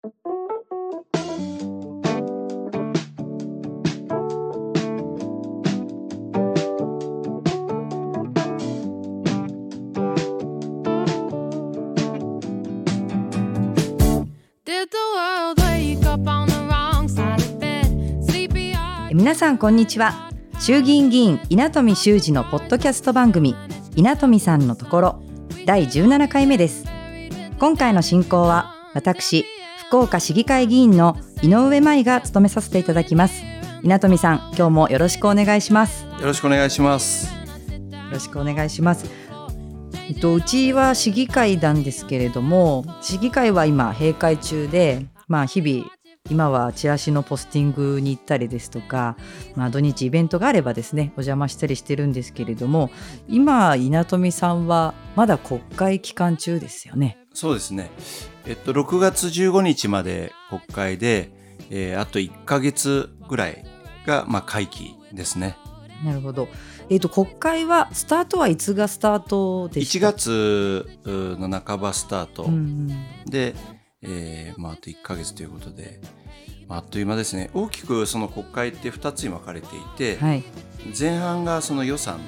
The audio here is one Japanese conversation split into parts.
皆さんこんにちは。衆議院議員稲富修二のポッドキャスト番組稲富さんのところ第17回目です。今回の進行は私福岡市議会議員の井上舞が務めさせていただきます。稲富さん、今日もよろしくお願いします。 よろしくお願いします。 よろしくお願いします。うちは市議会なんですけれども、市議会は今閉会中で、日々今はチラシのポスティングに行ったりですとか、土日イベントがあればですねお邪魔したりしてるんですけれども、今稲富さんはまだ国会期間中ですよね。 そうですね、6月15日まで国会で、あと1ヶ月ぐらいが会期ですね。 なるほど。国会はスタートはいつがスタートでした？1 月の半ばスタート、であと1ヶ月ということで、あっという間ですね。大きくその国会って2つに分かれていて、 はい、 前半がその予算、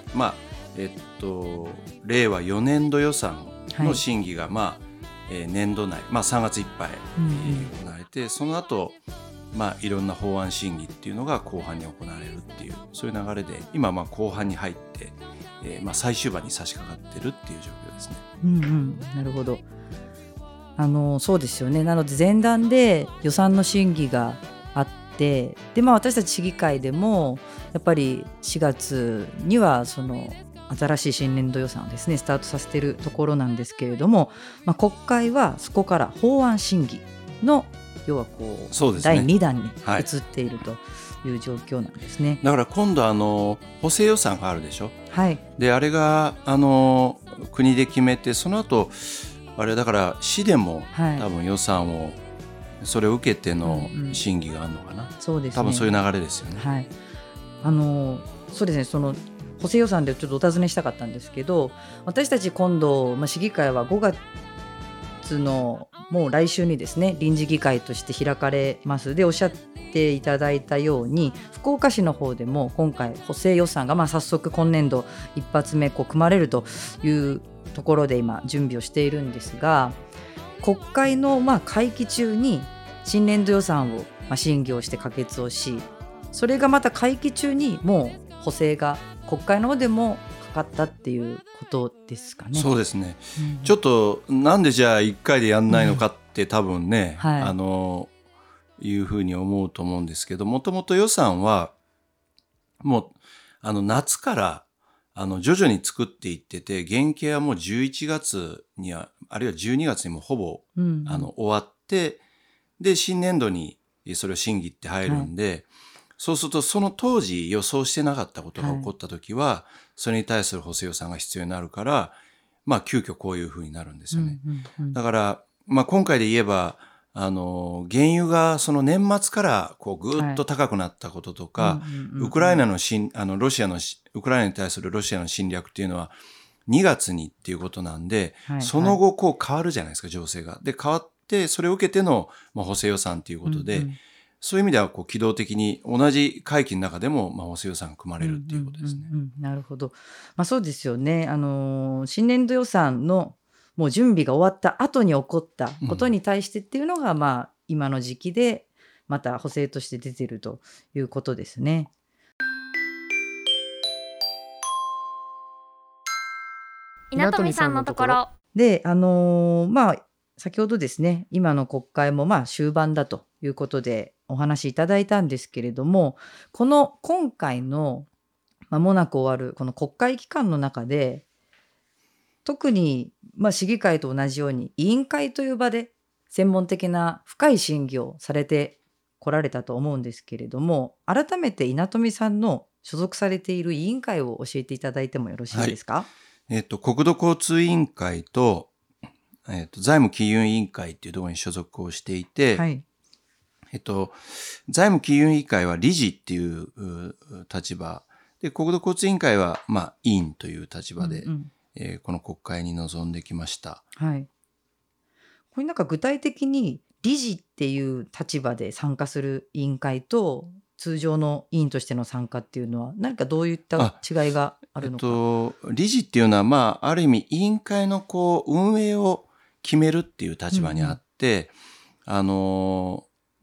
令和4年度予算の審議が、年度内、3月いっぱい行われて、その後、いろんな法案審議っていうのが後半に行われるっていう、そういう流れで今後半に入って、最終盤に差し掛かってるっていう状況ですね。 なるほど。そうですよね。なので前段で予算の審議があって、で、私たち市議会でもやっぱり4月にはその新しい新年度予算をですねスタートさせているところなんですけれども、国会はそこから法案審議の要はそうですね、 第2弾に移っているという状況なんですね。 だから今度補正予算があるでしょ。 はい、 であれが国で決めて、その後あれだから市でも多分予算をそれを受けての審議があるのかな、 そうですね、 多分そういう流れですよね。 はい、そうですね。その補正予算でちょっとお尋ねしたかったんですけど、私たち今度、市議会は5月のもう来週にですね臨時議会として開かれます。でおっしゃっていただいたように、福岡市の方でも今回補正予算が早速今年度一発目組まれるというところで今準備をしているんですが、国会の会期中に新年度予算を審議をして可決をし、それがまた会期中にもう補正が国会の方でもかかったっていうことですかね。 そうですね、ちょっとなんでじゃあ1回でやんないのかって多分ね、いうふうに思うと思うんですけど、もともと予算はもう夏から徐々に作っていってて、原型はもう11月にはあるいは12月にもほぼ、終わって、で新年度にそれを審議って入るんで、そうするとその当時予想してなかったことが起こった時は、それに対する補正予算が必要になるから、急遽こういうふうになるんですよね。だから、今回で言えば原油がその年末からぐっと高くなったこととか、ウクライナのウクライナに対するロシアの侵略っていうのは2月にっていうことなんで、その後変わるじゃないですか、情勢が。で変わって、それを受けての補正予算ということで、そういう意味では機動的に同じ会期の中でも補正予算が組まれるっていうことですね。 なるほど。そうですよね。新年度予算のもう準備が終わった後に起こったことに対してっていうのが、今の時期でまた補正として出てるということですね。 稲富さんのところで、先ほどですね、今の国会も終盤だということでお話しいただいたんですけれども、今回の間もなく終わるこの国会期間の中で、特に市議会と同じように委員会という場で専門的な深い審議をされてこられたと思うんですけれども、改めて稲富さんの所属されている委員会を教えていただいてもよろしいですか？ 国土交通委員会と、財務金融委員会っていうところに所属をしていて、財務金融委員会は理事っていう立場で、国土交通委員会は委員という立場で、この国会に臨んできました。 これ具体的に理事っていう立場で参加する委員会と通常の委員としての参加っていうのは何かどういった違いがあるのか。 理事っていうのは、ある意味委員会の運営を決めるっていう立場にあって、与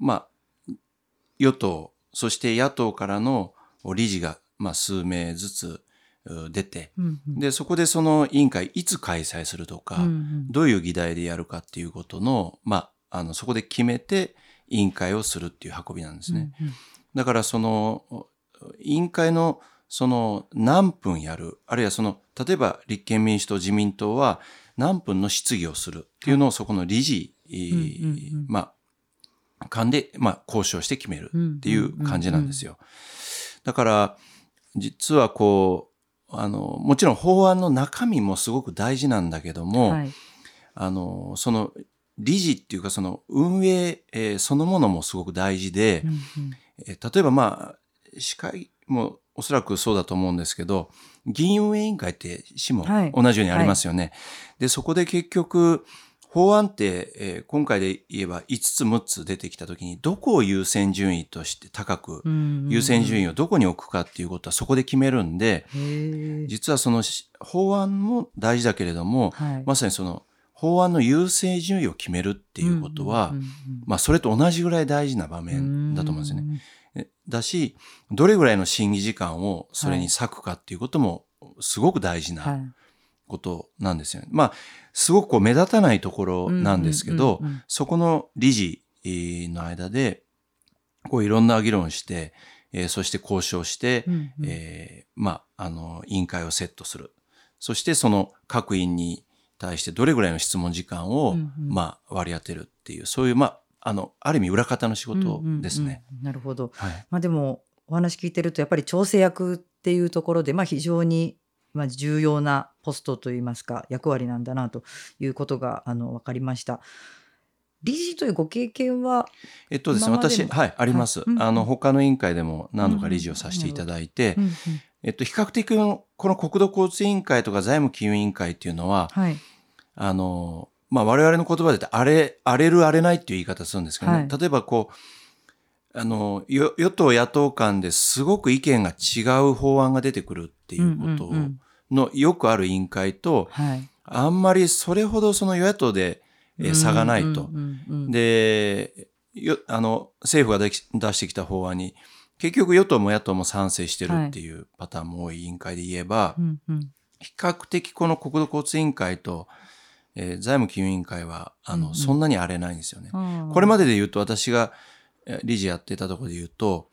党そして野党からの理事が数名ずつ出て、でそこでその委員会いつ開催するとか、どういう議題でやるかっていうことのそこで決めて委員会をするっていう運びなんですね。だからその委員会のその何分やる、あるいは例えば立憲民主党自民党は何分の質疑をするっていうのをそこの理事間で交渉して決めるっていう感じなんですよ。だから実はもちろん法案の中身もすごく大事なんだけども、はい、その理事っていうかその運営、そのものもすごく大事で、例えば司会もおそらくそうだと思うんですけど、議員運営委員会って市も同じようにありますよね。はいはい、でそこで結局法案って、今回で言えば5つ6つ出てきたときにどこを優先順位として高く優先順位をどこに置くかっていうことはそこで決めるんで、実はその法案も大事だけれども、はい、まさにその法案の優先順位を決めるっていうことは、それと同じぐらい大事な場面だと思うんですよね。だし、どれぐらいの審議時間をそれに割くかっていうこともすごく大事なことなんですよね。すごく目立たないところなんですけど、そこの理事の間でいろんな議論して、そして交渉して、委員会をセットする。そしてその各委員に対してどれぐらいの質問時間を、割り当てるっていう、そういうある意味裏方の仕事ですね。 なるほど。はい、でもお話聞いてるとやっぱり調整役っていうところで非常に重要なポストといいますか役割なんだなということが分かりました。理事というご経験はですね、私あります。他の委員会でも何度か理事をさせていただいて、比較的この国土交通委員会とか財務金融委員会っていうのは、はい、我々の言葉で荒れる荒れないっていう言い方するんですけどね、はい、例えば与党野党間ですごく意見が違う法案が出てくるっていうことのよくある委員会と、あんまりそれほどその与野党で差がないと。で、政府が出してきた法案に結局与党も野党も賛成してるっていうパターンも多い委員会で言えば、比較的この国土交通委員会と、財務金融委員会はそんなに荒れないんですよね。これまでで言うと私が理事やってたところで言うと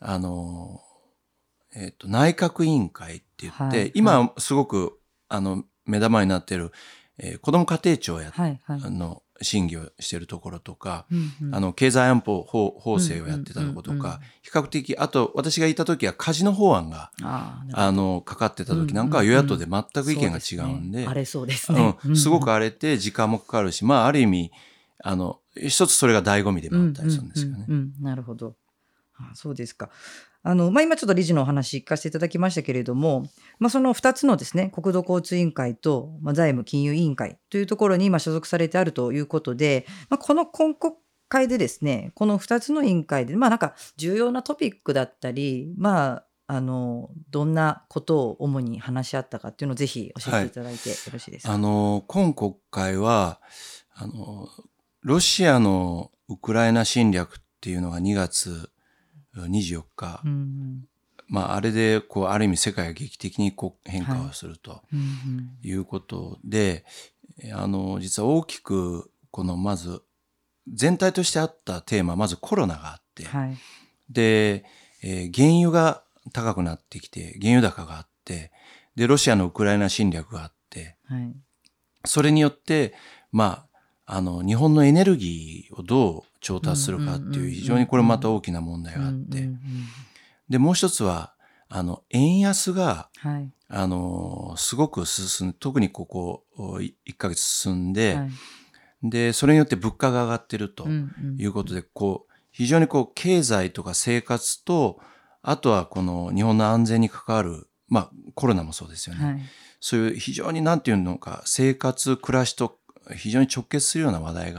内閣委員会って言って、今すごく目玉になっている、子ども家庭庁の審議をしているところとか、経済安保法制をやってたところとか、比較的あと私がいた時はカジノ法案がかかってた時なんかは与野党で全く意見が違うんで、 荒れそうですね。 すごく荒れて時間もかかるし、ある意味一つそれが醍醐味でもあったりするんですよね。 なるほど。そうですか。今ちょっと理事のお話聞かせていただきましたけれども、その2つのですね、国土交通委員会と、財務金融委員会というところに今所属されてあるということで、この今国会でですね、この2つの委員会で、なんか重要なトピックだったり、どんなことを主に話し合ったかっていうのをぜひ教えていただいてよろしいですか。 今国会はロシアのウクライナ侵略っていうのが2月24日、あれである意味世界が劇的に変化をするということで、実は大きくまず全体としてあったテーマ、まずコロナがあって、で、原油が高くなってきて原油高があって、でロシアのウクライナ侵略があって、それによって日本のエネルギーをどう調達するかっていう非常にこれまた大きな問題があって、でもう一つは円安が、すごく進んで、特にここ1ヶ月進んで、でそれによって物価が上がってるということで、非常に経済とか生活と、あとはこの日本の安全に関わる、コロナもそうですよね、そういう非常になんていうのか生活暮らしと非常に直結するような話題があっ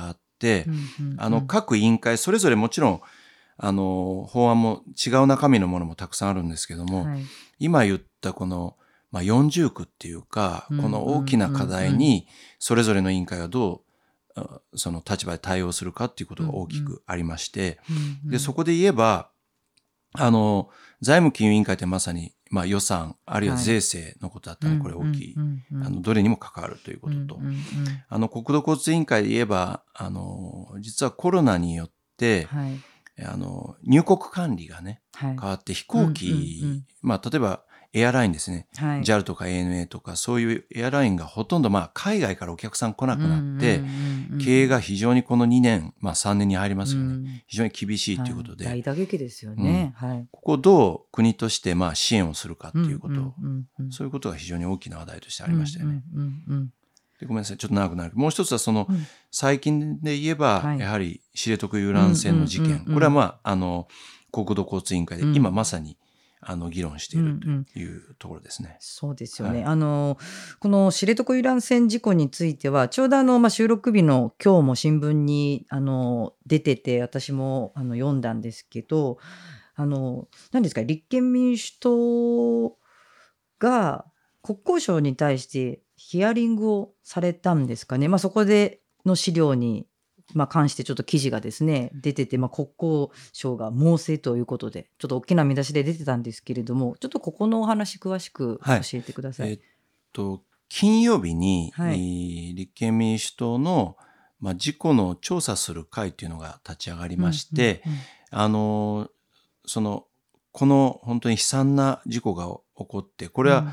て、各委員会それぞれもちろん法案も違う中身のものもたくさんあるんですけども、今言ったこの、40区っていうか、この大きな課題にそれぞれの委員会がどうその立場で対応するかっていうことが大きくありまして、でそこで言えば財務金融委員会ってまさに、予算あるいは税制のことだったらこれ大きい、どれにも関わるということと、国土交通委員会で言えば実はコロナによって、入国管理がね、変わって飛行機、例えばエアラインですね、JAL とか ANA とかそういうエアラインがほとんど海外からお客さん来なくなって、経営が非常にこの2年、3年に入りますよね、非常に厳しいということで、 大打撃ですよね。 ここをどう国として支援をするかっていうこと、そういうことが非常に大きな話題としてありましたよね。でごめんなさい、ちょっと長くなる。もう一つは最近で言えば、やはり知床遊覧船の事件、これは国土交通委員会で今まさに議論しているというところですね。 そうですよね。この知床遊覧船事故についてはちょうど収録日の今日も新聞に出てて私も読んだんですけど、何ですか、立憲民主党が国交省に対してヒアリングをされたんですかね。そこでの資料に関してちょっと記事がですね出てて、国交省が猛省ということでちょっと大きな見出しで出てたんですけれども、ちょっとここのお話詳しく教えてください。 金曜日に、立憲民主党の、事故の調査する会というのが立ち上がりまして、この本当に悲惨な事故が起こって、これは、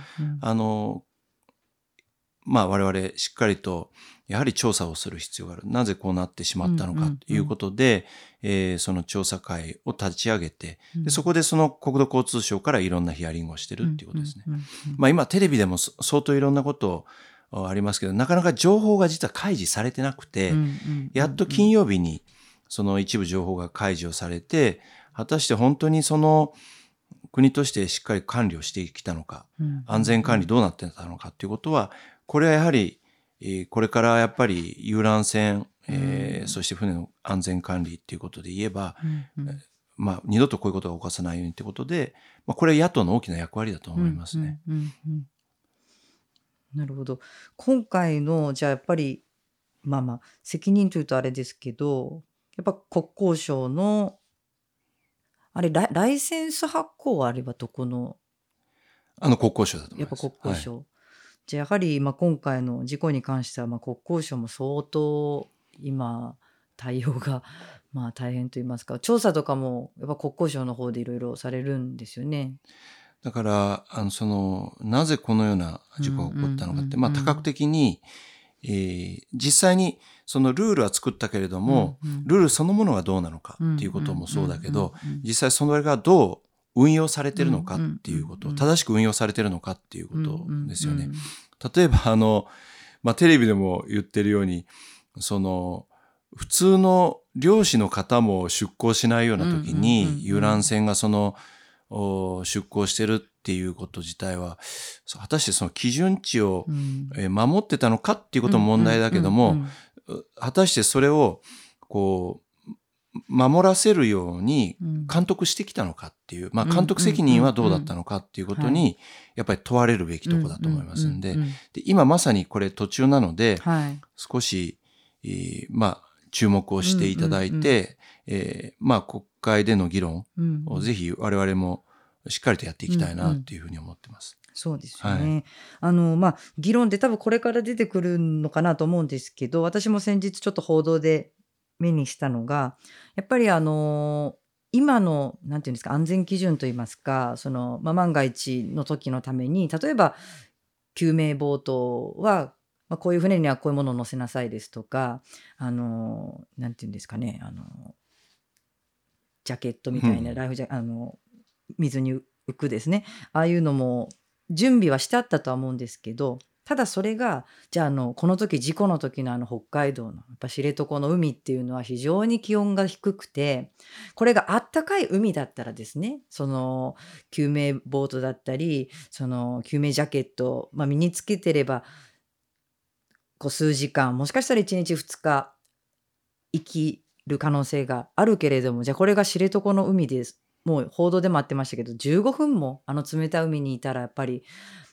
我々しっかりとやはり調査をする必要がある。なぜこうなってしまったのかということで、その調査会を立ち上げて、でそこでその国土交通省からいろんなヒアリングをしてるっていうことですね。今テレビでも相当いろんなことありますけど、なかなか情報が実は開示されてなくて、やっと金曜日にその一部情報が開示をされて、果たして本当にその国としてしっかり管理をしてきたのか、安全管理どうなってたのかっていうことは、これはやはりこれからやっぱり遊覧船、そして船の安全管理っていうことで言えば、二度とこういうことが起こさないようにってことで、これは野党の大きな役割だと思いますね。 なるほど。今回のじゃあやっぱり責任というとあれですけど、やっぱ国交省のあれライセンス発行はあれはどこの国交省だと思います。 やっぱ国交省。じゃあやはり今回の事故に関しては国交省も相当今対応が大変と言いますか、調査とかもやっぱ国交省の方でいろいろされるんですよね。 だからなぜこのような事故が起こったのかって、多角的に、実際にそのルールは作ったけれども、ルールそのものがどうなのかっていうこともそうだけど、実際それがどう運用されてるのかっていうこと、正しく運用されてるのかっていうことですよね。例えばテレビでも言ってるように、普通の漁師の方も出港しないような時に遊覧船が出港してるっていうこと自体は、果たしてその基準値を守ってたのかっていうことも問題だけども、果たしてそれを守らせるように監督してきたのかっていう、監督責任はどうだったのかっていうことにやっぱり問われるべきところだと思いますんで、今まさにこれ途中なので、少し注目をしていただいて、国会での議論をぜひ我々もしっかりとやっていきたいなっていうふうに思ってます。 そうですよね。議論って多分これから出てくるのかなと思うんですけど、私も先日ちょっと報道で目にしたのが、やっぱり今のなんていうんですか、安全基準といいますか、万が一の時のために、例えば救命ボートはこういう船にはこういうものを乗せなさいですとか、なんていうんですかね、ジャケットみたいな、ライフジャ水に浮くですね、ああいうのも準備はしてあったとは思うんですけど、ただそれがじゃあこの時事故の時の北海道のやっぱ知床の海っていうのは非常に気温が低くて、これがあったかい海だったらですね、救命ボートだったり救命ジャケット、身につけてれば数時間、もしかしたら1日2日生きる可能性があるけれども、じゃあこれが知床の海です。もう報道でもあってましたけど、15分も冷たい海にいたらやっぱり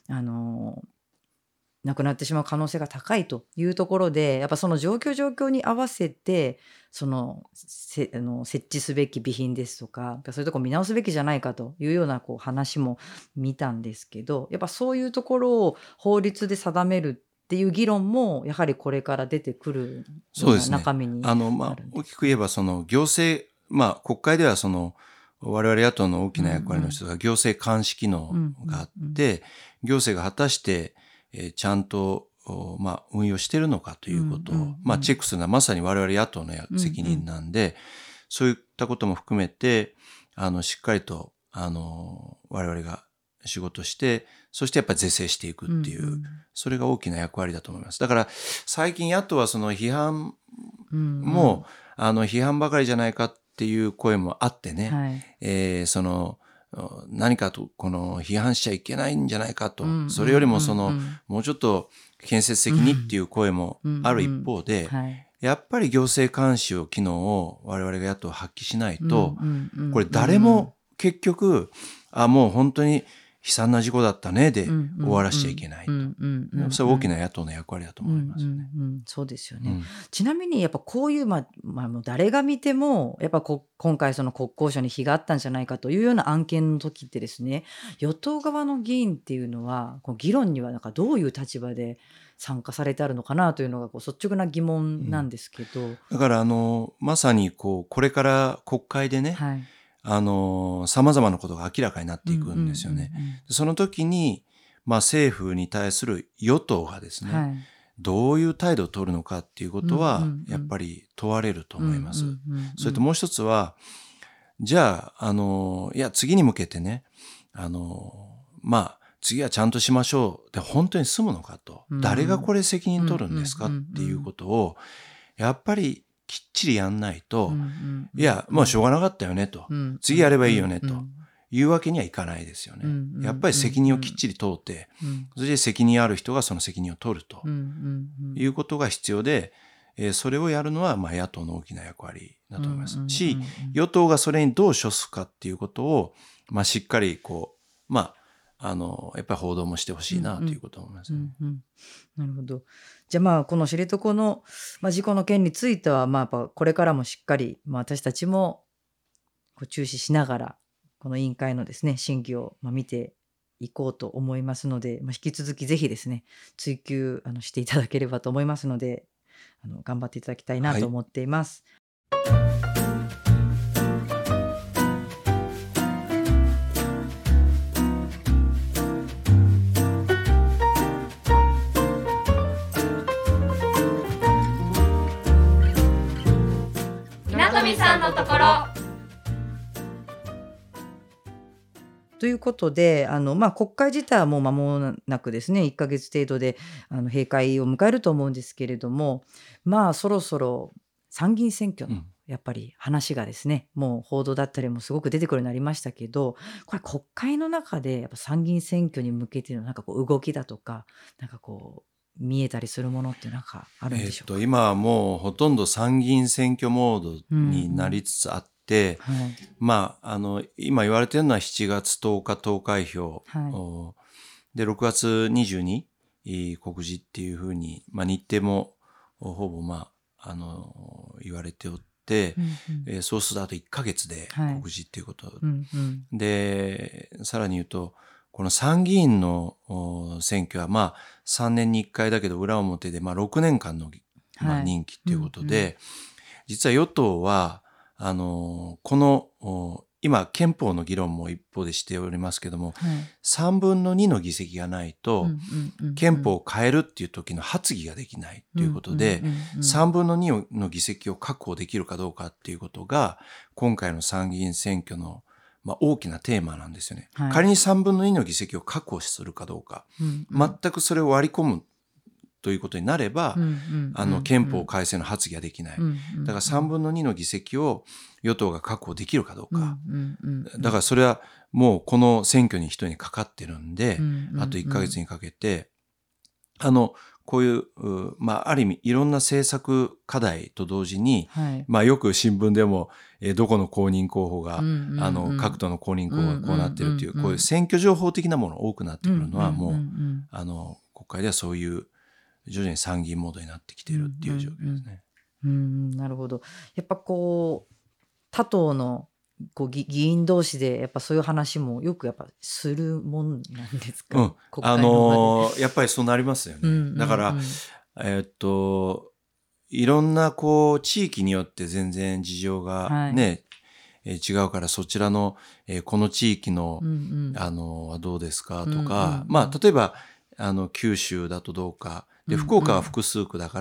亡くなってしまう可能性が高いというところで、やっぱその状況に合わせて設置すべき備品ですとか、そういうところ見直すべきじゃないかというような話も見たんですけど、やっぱそういうところを法律で定めるっていう議論もやはりこれから出てくるような中身になるんです。 大きく言えば行政、国会では我々野党の大きな役割の一つが行政監視機能があって、行政が果たしてちゃんと運用しているのかということをチェックするのはまさに我々野党の責任なんで、そういったことも含めてしっかりと我々が仕事して、そしてやっぱり是正していくっていう、それが大きな役割だと思います。だから最近野党は批判も批判ばかりじゃないかっていう声もあってね、何かと批判しちゃいけないんじゃないかと、それよりももうちょっと建設的にっていう声もある一方で、やっぱり行政監視機能を我々が野党発揮しないと、これ誰も結局もう本当に悲惨な事故だったねで終わらしちゃいけないと。それは大きな野党の役割だと思いますよね。 そうですよね。ちなみにやっぱこういうもう誰が見てもやっぱ今回国交省に非があったんじゃないかというような案件の時ってですね、与党側の議員っていうのは議論にはどういう立場で参加されてあるのかなというのが率直な疑問なんですけど。 だからまさにこれから国会でね、様々なことが明らかになっていくんですよね。その時に、政府に対する与党がですね、どういう態度を取るのかっていうことは、やっぱり問われると思います。それともう一つは、じゃあ、いや、次に向けてね、次はちゃんとしましょう。で、本当に済むのかと。誰がこれ責任取るんですかっていうことを、やっぱりきっちりやんないと、いや、もうしょうがなかったよねと。次やればいいよねというわけにはいかないですよね。やっぱり責任をきっちり問うて、それで責任ある人がその責任を取るということが必要で、それをやるのは野党の大きな役割だと思いますし、与党がそれにどう処すかっていうことを、しっかりやっぱり報道もしてほしいなということを思いますね。 なるほど。じゃあこの知床の、事故の件についてはやっぱこれからもしっかり、私たちも注視しながらこの委員会のですね審議を見ていこうと思いますので、引き続きぜひですね追及していただければと思いますので、頑張っていただきたいなと思っています。 稲富さんのところ。 ということで国会自体はもう間もなくですね1ヶ月程度で閉会を迎えると思うんですけれども、そろそろ参議院選挙のやっぱり話がですね、もう報道だったりもすごく出てくるようになりましたけど、これ国会の中でやっぱ参議院選挙に向けての動きだとか見えたりするものってあるんでしょうか。 今はもうほとんど参議院選挙モードになりつつあって、今言われているのは7月10日投開票、で6月22告示っていうふうに、日程もほぼ言われておって、そうするとあと1ヶ月で告示っていうこと、でさらに言うとこの参議院の選挙は3年に1回だけど裏表で6年間の任期っていうことで、実は与党はこの今憲法の議論も一方でしておりますけども、3分の2の議席がないと憲法を変えるっていう時の発議ができないということで、3分の2の議席を確保できるかどうかっていうことが今回の参議院選挙の大きなテーマなんですよね。仮に3分の2の議席を確保するかどうか、全くそれを割り込むということになれば、憲法改正の発議ができない。だから3分の2の議席を与党が確保できるかどうか。だからそれはもうこの選挙に一人にかかってるんで、あと1ヶ月にかけて、 こういう、ある意味いろんな政策課題と同時に、よく新聞でも、どこの公認候補が、各党の公認候補がこうなってるっていう、こういう選挙情報的なもの多くなってくるのは、もう、国会ではそういう徐々に参議院モードになってきているっていう状況ですね。 なるほど。やっぱこう他党の議員同士でやっぱそういう話もよくやっぱするもんなんですか？国会の場で。 やっぱりそうなりますよね。だから、いろんなこう地域によって全然事情がね、違うから、そちらの、この地域の、はどうですかとか、例えば九州だとどうかで、福岡は複数区だから、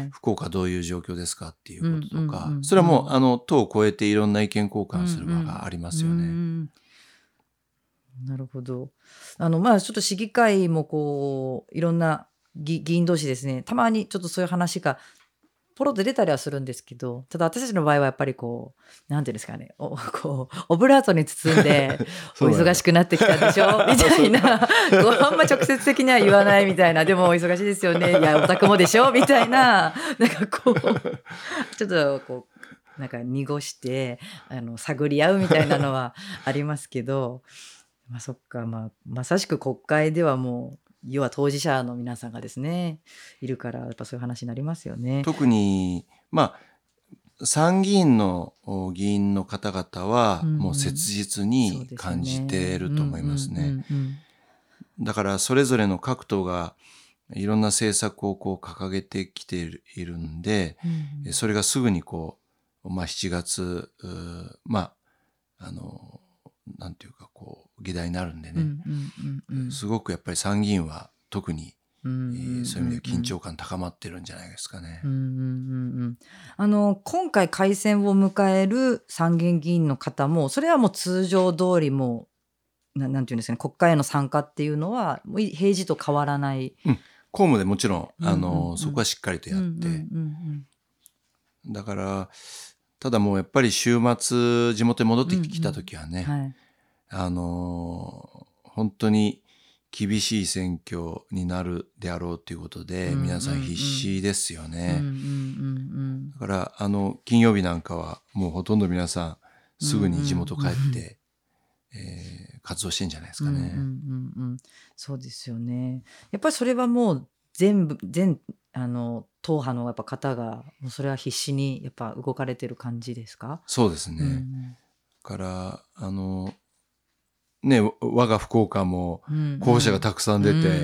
福岡どういう状況ですかっていうこととか、それはもう党を超えていろんな意見交換する場がありますよね。 なるほど。ちょっと市議会もこういろんな議員同士ですね、たまにちょっとそういう話がポロッと出たりはするんですけど、ただ私たちの場合はやっぱりこうなんていうんですかね、こうオブラートに包んでお忙しくなってきたでしょみたいなあんま直接的には言わないみたいな、でもお忙しいですよね、いやお宅もでしょみたいな、なんかこうちょっとこうなんか濁して探り合うみたいなのはありますけど、そっか、まさしく国会ではもう要は当事者の皆さんがですねいるから、やっぱそういう話になりますよね。 特に参議院の議員の方々はもう切実に感じていると思いますね。だからそれぞれの各党がいろんな政策をこう掲げてきているんで、それがすぐにこう、7月なんていうかこう議題になるんでね、すごくやっぱり参議院は特にそういう意味では緊張感高まってるんじゃないですかね。 今回改選を迎える参議院議員の方も、それはもう通常通りもなんていうんですかね、国会への参加っていうのはもう平時と変わらない、 公務でもちろんそこはしっかりとやって、だからただもうやっぱり週末地元に戻ってきた時はね、本当に厳しい選挙になるであろうということで、皆さん必死ですよね。だから金曜日なんかはもうほとんど皆さんすぐに地元帰って、活動してんじゃないですかね。 そうですよね。やっぱりそれはもう全党派のやっぱ方がもうそれは必死にやっぱ動かれてる感じですか？ そうですね。だから我が福岡も候補者がたくさん出て、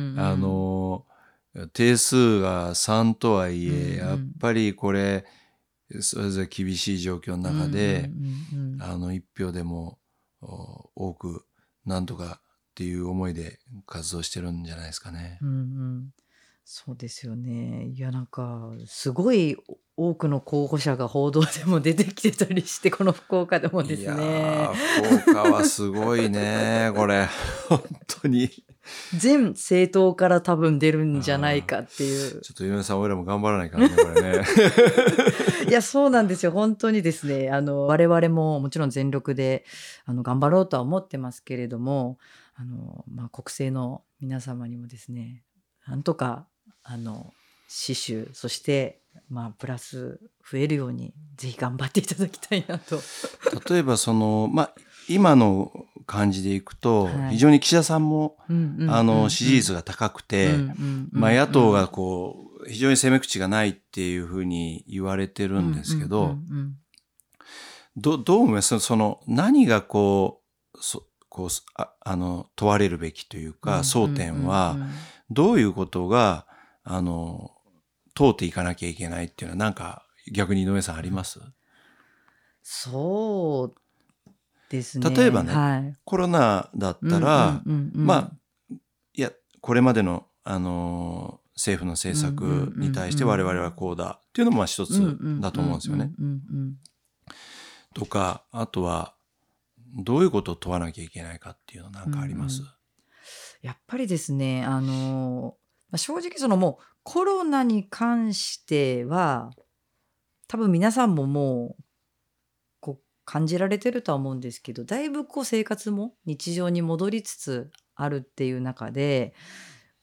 定数が3とはいえ、やっぱりこれそれぞれ厳しい状況の中で、一票でも多くなんとかっていう思いで活動してるんじゃないですかね。 そうですよね。いやなんかすごい多くの候補者が報道でも出てきてたりして、この福岡でもですね。 いや福岡はすごいねこれ本当に全政党から多分出るんじゃないかっていう。 ちょっと井上さん俺らも頑張らないからねこれねいやそうなんですよ、本当にですね。我々ももちろん全力で頑張ろうとは思ってますけれども、国政の皆様にもですね、なんとか死守、そしてプラス増えるようにぜひ頑張っていただきたいなと。 例えば今の感じでいくと、非常に岸田さんも支持率が高くて、野党がこう非常に攻め口がないっていうふうに言われてるんですけど、どう思います？何がこう問われるべきというか、争点はどういうことが通っていかなきゃいけないっていうのはなんか逆に井上さんあります？ そうですね。 例えばね、コロナだったら、いやこれまでの政府の政策に対して我々はこうだっていうのも一つだと思うんですよね。とか、あとはどういうことを問わなきゃいけないかっていうのなんかあります？ やっぱりですね、正直もうコロナに関しては多分皆さんももうこう感じられてるとは思うんですけど、だいぶこう生活も日常に戻りつつあるっていう中で、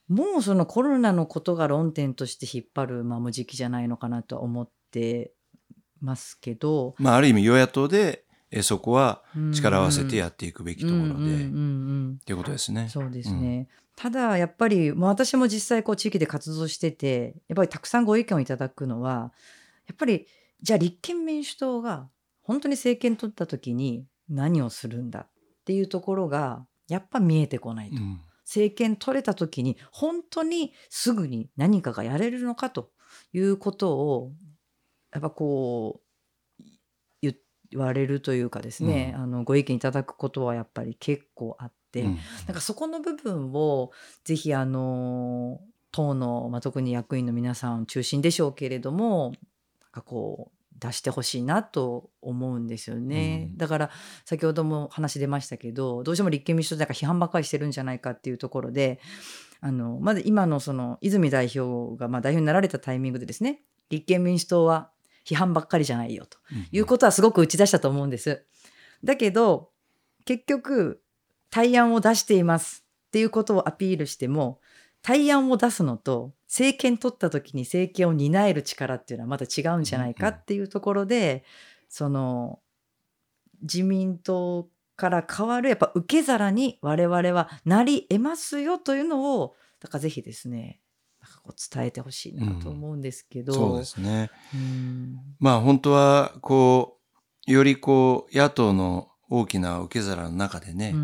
もうそのコロナのことが論点として引っ張る、もう時期じゃないのかなとは思ってますけど、 ある意味与野党でそこは力を合わせてやっていくべきところでっていうことですね。 そうですね。ただやっぱり私も実際地域で活動してて、やっぱりたくさんご意見をいただくのは、やっぱりじゃあ立憲民主党が本当に政権取った時に何をするんだっていうところがやっぱ見えてこないと。政権取れた時に本当にすぐに何かがやれるのかということをやっぱ言われるというかですね、ご意見いただくことはやっぱり結構あって、なんかそこの部分をぜひ党の、特に役員の皆さん中心でしょうけれども、なんか出してほしいなと思うんですよね。だから先ほども話出ましたけど、どうしても立憲民主党なんか批判ばっかりしてるんじゃないかっていうところで、まず今のその泉代表が代表になられたタイミングでですね、立憲民主党は批判ばっかりじゃないよということはすごく打ち出したと思うんです。だけど結局対案を出していますっていうことをアピールしても、対案を出すのと政権取った時に政権を担える力っていうのはまた違うんじゃないかっていうところで、その自民党から変わるやっぱ受け皿に我々はなり得ますよというのを、だからぜひですね、伝えてほしいなと思うんですけど、 そうですね。本当はより野党の大きな受け皿の中でね、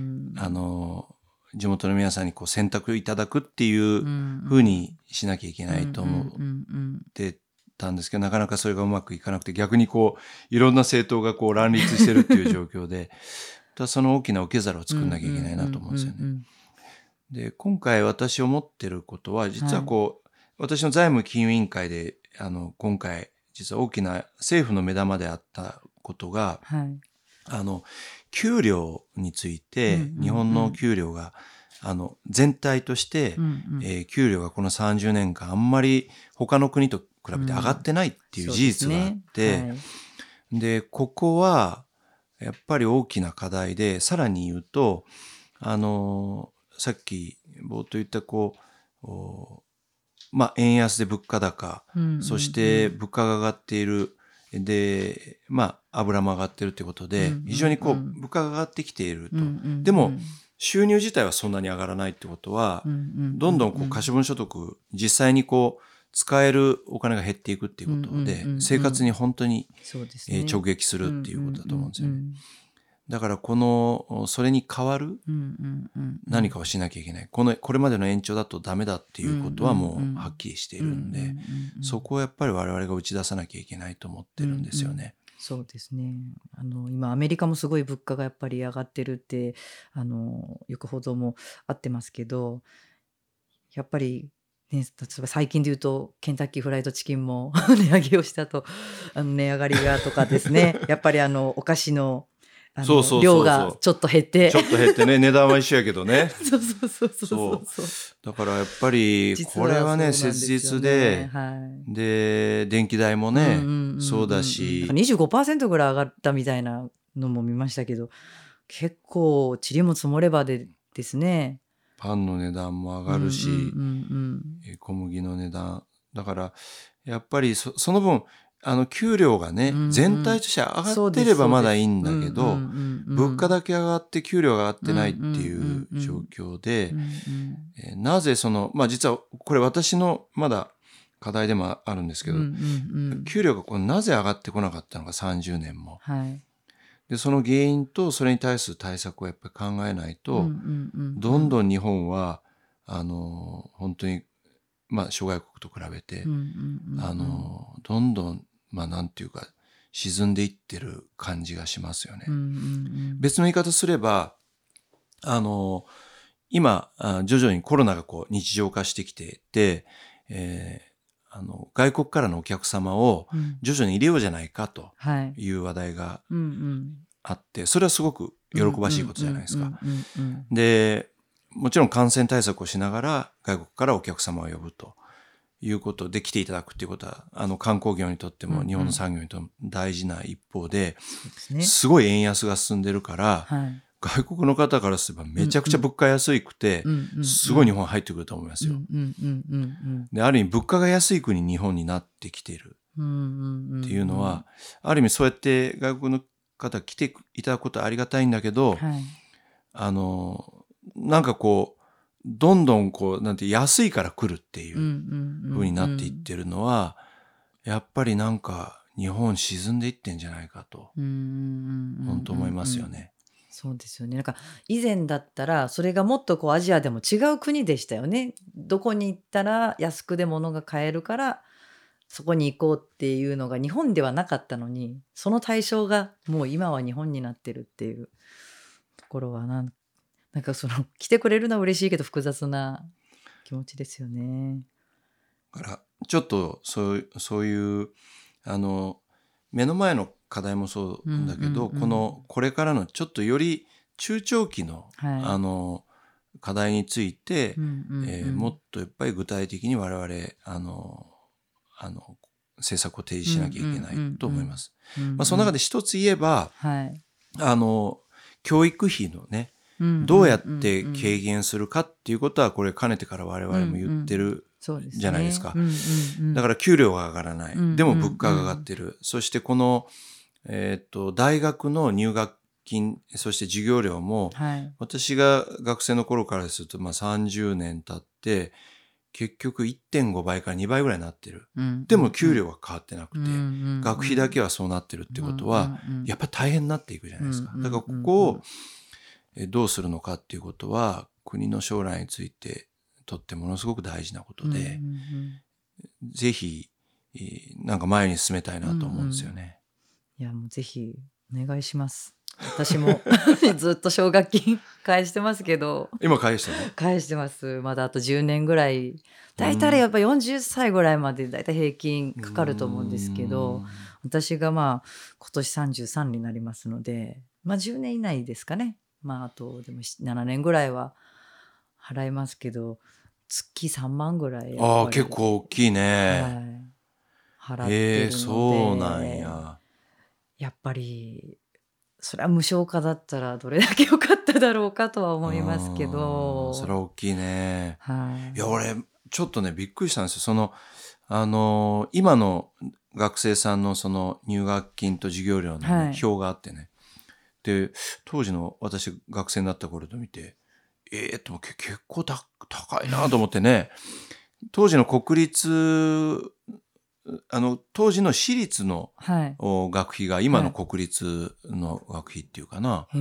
地元の皆さんに選択いただくっていうふうにしなきゃいけないと思ってたんですけど、なかなかそれがうまくいかなくて、逆にいろんな政党が乱立してるっていう状況でその大きな受け皿を作んなきゃいけないなと思うんですよね。で、今回私思ってることは、実は私の財務金融委員会で今回実は大きな政府の目玉であったことが、給料について、日本の給料が全体として、給料がこの30年間あんまり他の国と比べて上がってないっていう事実があって、でここはやっぱり大きな課題で、さらに言うとさっき冒頭言った円安で物価高、そして物価が上がっている、で油も上がってるということで、非常に物価が上がってきていると。でも収入自体はそんなに上がらないってことは、どんどん可処分所得、実際に使えるお金が減っていくっていうことで、生活に本当に直撃するっていうことだと思うんですよね。だからそれに代わる何かをしなきゃいけない。これまでの延長だとダメだっていうことはもうはっきりしているんで、そこをやっぱり我々が打ち出さなきゃいけないと思ってるんですよね。 そうですね。今アメリカもすごい物価がやっぱり上がってるってよく報道もあってますけど、やっぱりね、例えば最近で言うとケンタッキーフライドチキンも値上げをしたと、値上がりがとかですねやっぱりお菓子の量がちょっと減ってね、値段は一緒やけどねそうだからやっぱりこれはね、切実で、で電気代もね、そうだし 25% ぐらい上がったみたいなのも見ましたけど、結構塵も積もればですね。 パンの値段も上がるし、小麦の値段だから、やっぱりその分給料がね、全体として上がってればまだいいんだけど、物価だけ上がって給料が上がってないっていう状況で、なぜ実はこれ私のまだ課題でもあるんですけど、給料がなぜ上がってこなかったのか、30年も。でその原因とそれに対する対策をやっぱり考えないと、どんどん日本は本当に諸外国と比べてどんどんなんていうか沈んでいってる感じがしますよね。別の言い方すれば今徐々にコロナが日常化してきていて、外国からのお客様を徐々に入れようじゃないかという話題があって、それはすごく喜ばしいことじゃないですか。でもちろん感染対策をしながら外国からお客様を呼ぶということで来ていただくっていうことは観光業にとっても日本の産業にとっても大事な一方で、すごい円安が進んでるから、 外国の方からすればめちゃくちゃ物価安くて、すごい日本入ってくると思いますよ。で、ある意味物価が安い国日本になってきているっていうのは、ある意味そうやって外国の方来ていただくことはありがたいんだけど、はい、なんかこうどんどんこうなんて安いから来るっていう風になっていってるのは、やっぱりなんか日本沈んでいってんじゃないかと本当思いますよね。 そうですよね。なんか以前だったらそれがもっとこうアジアでも違う国でしたよね。どこに行ったら安くで物が買えるからそこに行こうっていうのが日本ではなかったのに、その対象がもう今は日本になってるっていうところはなんかその来てくれるのは嬉しいけど複雑な気持ちですよね。 だからちょっとそういう目の前の課題もそうだけど、これからのちょっとより中長期の、はい、課題について、もっとやっぱり具体的に我々政策を提示しなきゃいけないと思います。その中で一つ言えば、はい、教育費のね、どうやって軽減するかっていうことはこれかねてから我々も言ってるじゃないですか。だから給料が上がらない。でも物価が上がってる。そしてこの、大学の入学金、そして授業料も、はい、私が学生の頃からすると、30年経って、結局 1.5 倍から2倍ぐらいになってる。でも給料は変わってなくて、学費だけはそうなってるってことは、やっぱり大変になっていくじゃないですか。だからここをどうするのかっていうことは、国の将来についてとってものすごく大事なことで、ぜひ、なんか前に進めたいなと思うんですよね。 いや、もうぜひお願いします。私もずっと奨学金返してますけど。 今返してる？ 返してます。まだあと10年ぐらい。だいたいやっぱ40歳ぐらいまでだいたい平均かかると思うんですけど、私が今年33になりますので、10年以内ですかね。あとでも7年ぐらいは払いますけど、月3万ぐらいああ、結構大きいね。 はい、払ってるので、 そうなんや。 やっぱりそれは無償化だったらどれだけ良かっただろうかとは思いますけど。 それは大きいね。 はい。 いや、俺ちょっとねびっくりしたんですよ。今の学生さんのその入学金と授業料の、ね、はい、表があってね。で、当時の私学生になった頃と見て、と結構高いなと思ってね。当時の国立、当時の私立の、はい、学費が今の国立の学費っていうかな、はい、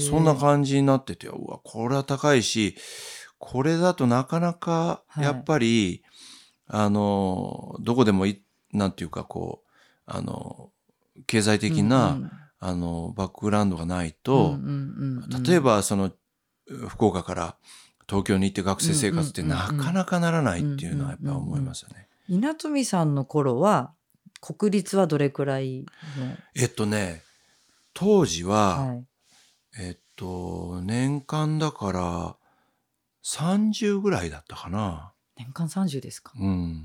そんな感じになってて、うわ、これは高いし、これだとなかなかやっぱり、はい、どこでもなんていうかこう経済的な、バックグラウンドがないと、例えばその福岡から東京に行って学生生活ってなかなかならないっていうのはやっぱり思いますよね。 稲富さんの頃は国立はどれくらいの？当時は、はい、年間だから30ぐらいだったかな。 年間30ですか？ うん。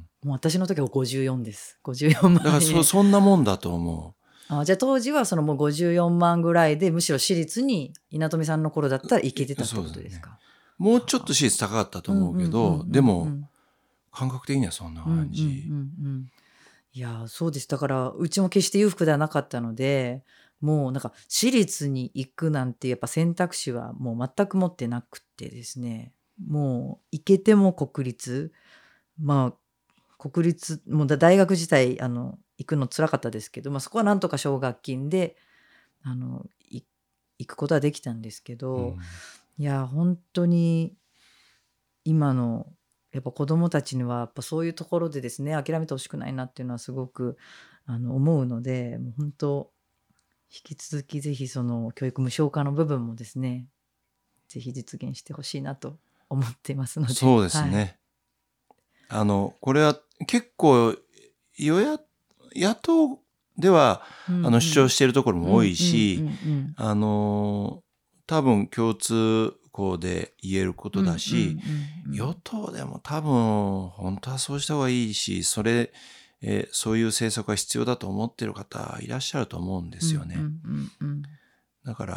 もう私の時は54です。54万円。 だからそんなもんだと思う。 じゃあ当時はそのもう54万ぐらいでむしろ私立に稲富さんの頃だったら行けてたってことですか？ね、 もうちょっと私立高かったと思うけど、でも感覚的にはそんな感じ。 いやそうです。だからうちも決して裕福ではなかったので、もうなんか私立に行くなんてやっぱ選択肢はもう全く持ってなくてですね、もう行けても国立、国立もう大学自体行くの辛かったですけど、そこはなんとか奨学金で行くことはできたんですけど、いや本当に今のやっぱ子どもたちにはやっぱそういうところでですね諦めてほしくないなっていうのはすごく思うので、もう本当引き続きぜひその教育無償化の部分もですねぜひ実現してほしいなと思っていますので。 そうですね、はい、これは結構野党では、主張しているところも多いし、多分共通項で言えることだし、与党でも多分本当はそうした方がいいし、そういう政策が必要だと思っている方いらっしゃると思うんですよね。だから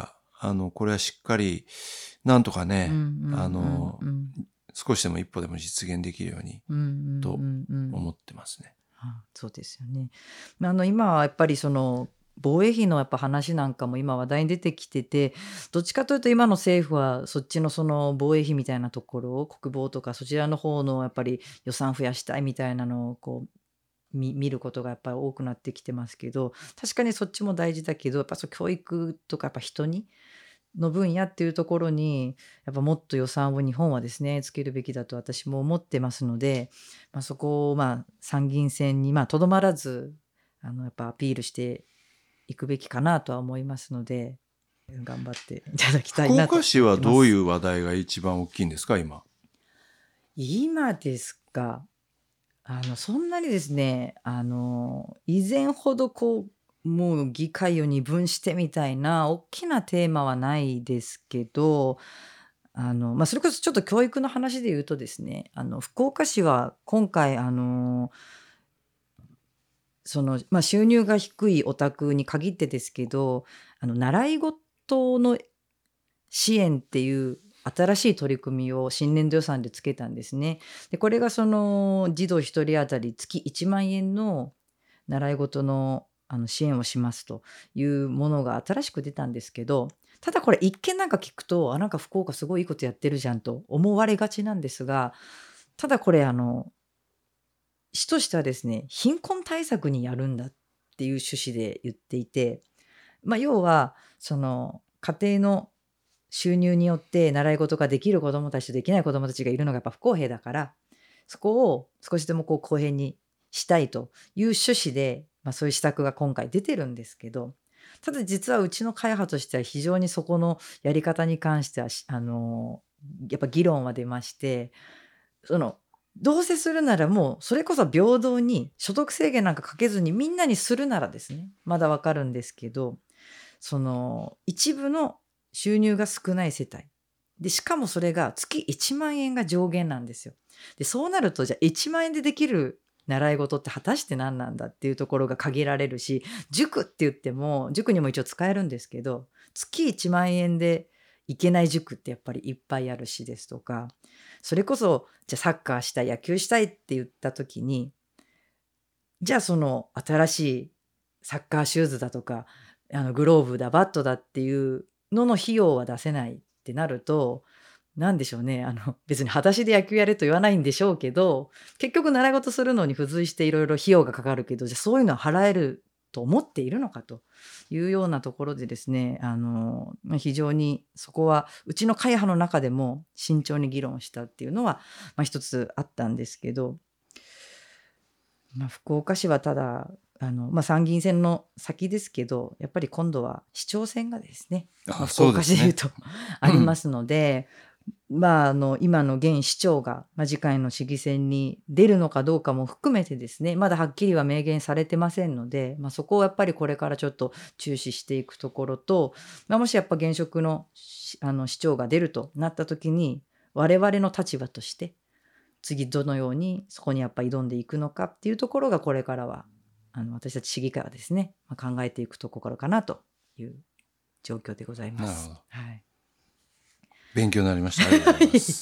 これはしっかりなんとかね、少しでも一歩でも実現できるようにと思ってますね。 そうですよね。今はやっぱりその防衛費のやっぱ話なんかも今話題に出てきてて、どっちかというと今の政府はそっちのその防衛費みたいなところを、国防とかそちらの方のやっぱり予算増やしたいみたいなのをこう見ることがやっぱり多くなってきてますけど、確かにそっちも大事だけど、やっぱそう教育とかやっぱ人の分野っていうところにやっぱもっと予算を日本はですねつけるべきだと私も思ってますので、そこを参議院選にとどまらずやっぱアピールしていくべきかなとは思いますので、頑張っていただきたいなと思います。 福岡市はどういう話題が一番大きいんですか今ですか。そんなにですね以前ほどもう議会を二分してみたいな大きなテーマはないですけど、それこそちょっと教育の話で言うとですね、福岡市は今回収入が低いお宅に限ってですけど、習い事の支援っていう新しい取り組みを新年度予算でつけたんですね。でこれがその児童1人当たり月1万円の習い事の支援をしますというものが新しく出たんですけど、ただこれ一見なんか聞くとなんか福岡すごいいいことやってるじゃんと思われがちなんですが、ただこれ市としてはですね貧困対策にやるんだっていう趣旨で言っていて、要はその家庭の収入によって習い事ができる子どもたちとできない子どもたちがいるのがやっぱ不公平だから、そこを少しでも公平にしたいという趣旨で、そういう施策が今回出てるんですけど、ただ実はうちの会派としては非常にそこのやり方に関してはやっぱ議論は出まして、どうせするならもうそれこそ平等に所得制限なんかかけずにみんなにするならですね、まだわかるんですけど、一部の収入が少ない世帯で、しかもそれが月1万円が上限なんですよ。でそうなるとじゃあ1万円でできる習い事って果たして何なんだっていうところが限られるし、塾って言っても塾にも一応使えるんですけど、月1万円で行けない塾ってやっぱりいっぱいあるしですとか、それこそじゃあサッカーしたい野球したいって言った時に、じゃあその新しいサッカーシューズだとかグローブだバットだっていうのの費用は出せないってなると、なんでしょうね、別に裸足で野球やれと言わないんでしょうけど、結局習い事するのに付随していろいろ費用がかかるけど、じゃあそういうのは払えると思っているのかというようなところでですね、非常にそこはうちの会派の中でも慎重に議論したっていうのは、一つあったんですけど、福岡市はただ参議院選の先ですけど、やっぱり今度は市長選がですね、福岡市でいうとありますので、今の現市長が、次回の市議選に出るのかどうかも含めてですね、まだはっきりは明言されてませんので、そこをやっぱりこれからちょっと注視していくところと、もしやっぱ現職の市長が出るとなった時に、我々の立場として次どのようにそこにやっぱ挑んでいくのかっていうところが、これからは私たち市議会はですね、考えていくところかなという状況でございます。 なるほど、 はい、 勉強になりました。ありがとうございます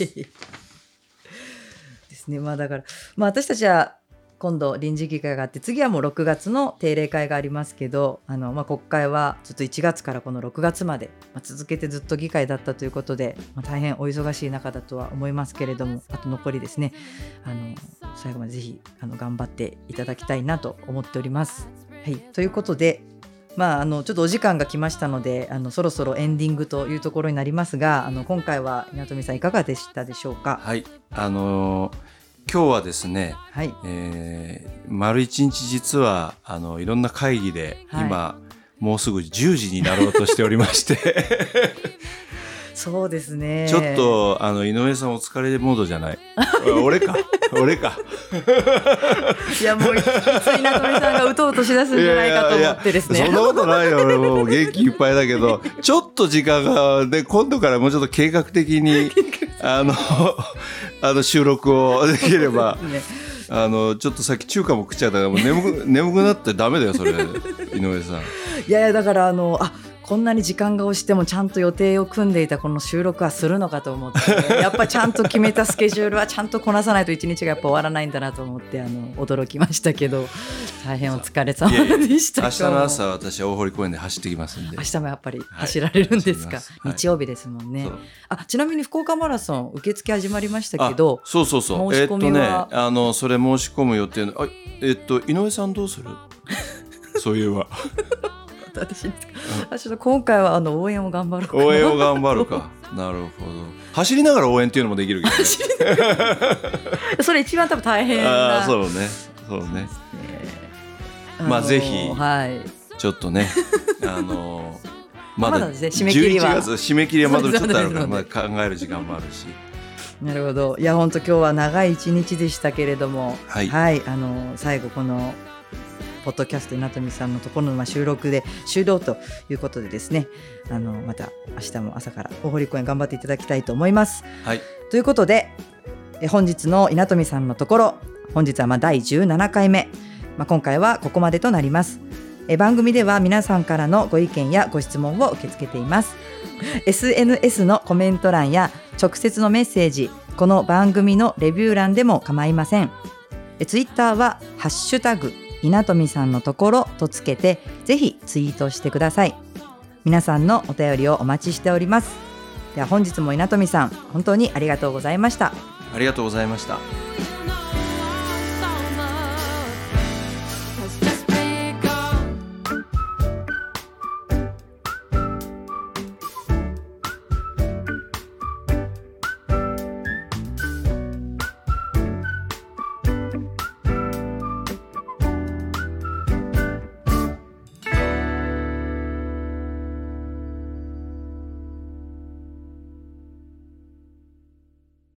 ですね。だから、私たちは今度臨時議会があって、次はもう6月の定例会がありますけど、国会はずっと1月からこの6月まで、続けてずっと議会だったということで、大変お忙しい中だとは思いますけれども、あと残りですね、最後までぜひ頑張っていただきたいなと思っております。はい、ということで、ちょっとお時間が来ましたので、そろそろエンディングというところになりますが、今回は稲富さんいかがでしたでしょうか。 はい、今日はですね、 はい、 丸一日実はいろんな会議で、今もうすぐ10時になろうとしておりましてそうですね、 ちょっと井上さんお疲れモードじゃない俺かいやもういつ稲富さんがうとうとしだすんじゃないかと思ってですね。 そんなことないよ、俺もう元気いっぱいだけどちょっと時間がで、今度からもうちょっと計画的に収録をできればね、ちょっとさっき中華も食っちゃったからもう眠くなってダメだよそれ井上さん。 いやだからこんなに時間が押してもちゃんと予定を組んでいたこの収録はするのかと思って、やっぱちゃんと決めたスケジュールはちゃんとこなさないと一日がやっぱ終わらないんだなと思って驚きましたけど、大変お疲れ様でした。 明日の朝私は大堀公園で走ってきますんで。 明日もやっぱり走られるんですか？日曜日ですもんね。ちなみに福岡マラソン受付始まりましたけど、 そう申し込みはそれ申し込む予定の井上さんどうする？そういえば私今回は応援を頑張るかな。 応援を頑張るか。なるほど。走りながら応援っていうのもできるけどね。 それ一番多分大変な。 そうね。まあぜひ、ちょっとねまだ締め切りは 11月締め切りはまだちょっとあるから、まだ考える時間もあるし。 なるほど。いや本当今日は長い一日でしたけれども、最後このポッドキャスト稲富さんのところの収録で終了ということでですね、また明日も朝から大堀公園頑張っていただきたいと思います。ということで本日の稲富さんのところ、本日は第17回目、今回はここまでとなります。番組では皆さんからのご意見やご質問を受け付けています。SNS のコメント欄や直接のメッセージ、この番組のレビュー欄でも構いません。ツイッターはハッシュタグ稲富さんのところとつけてぜひツイートしてください。皆さんのお便りをお待ちしております。では本日も稲富さん本当にありがとうございました。 ありがとうございました。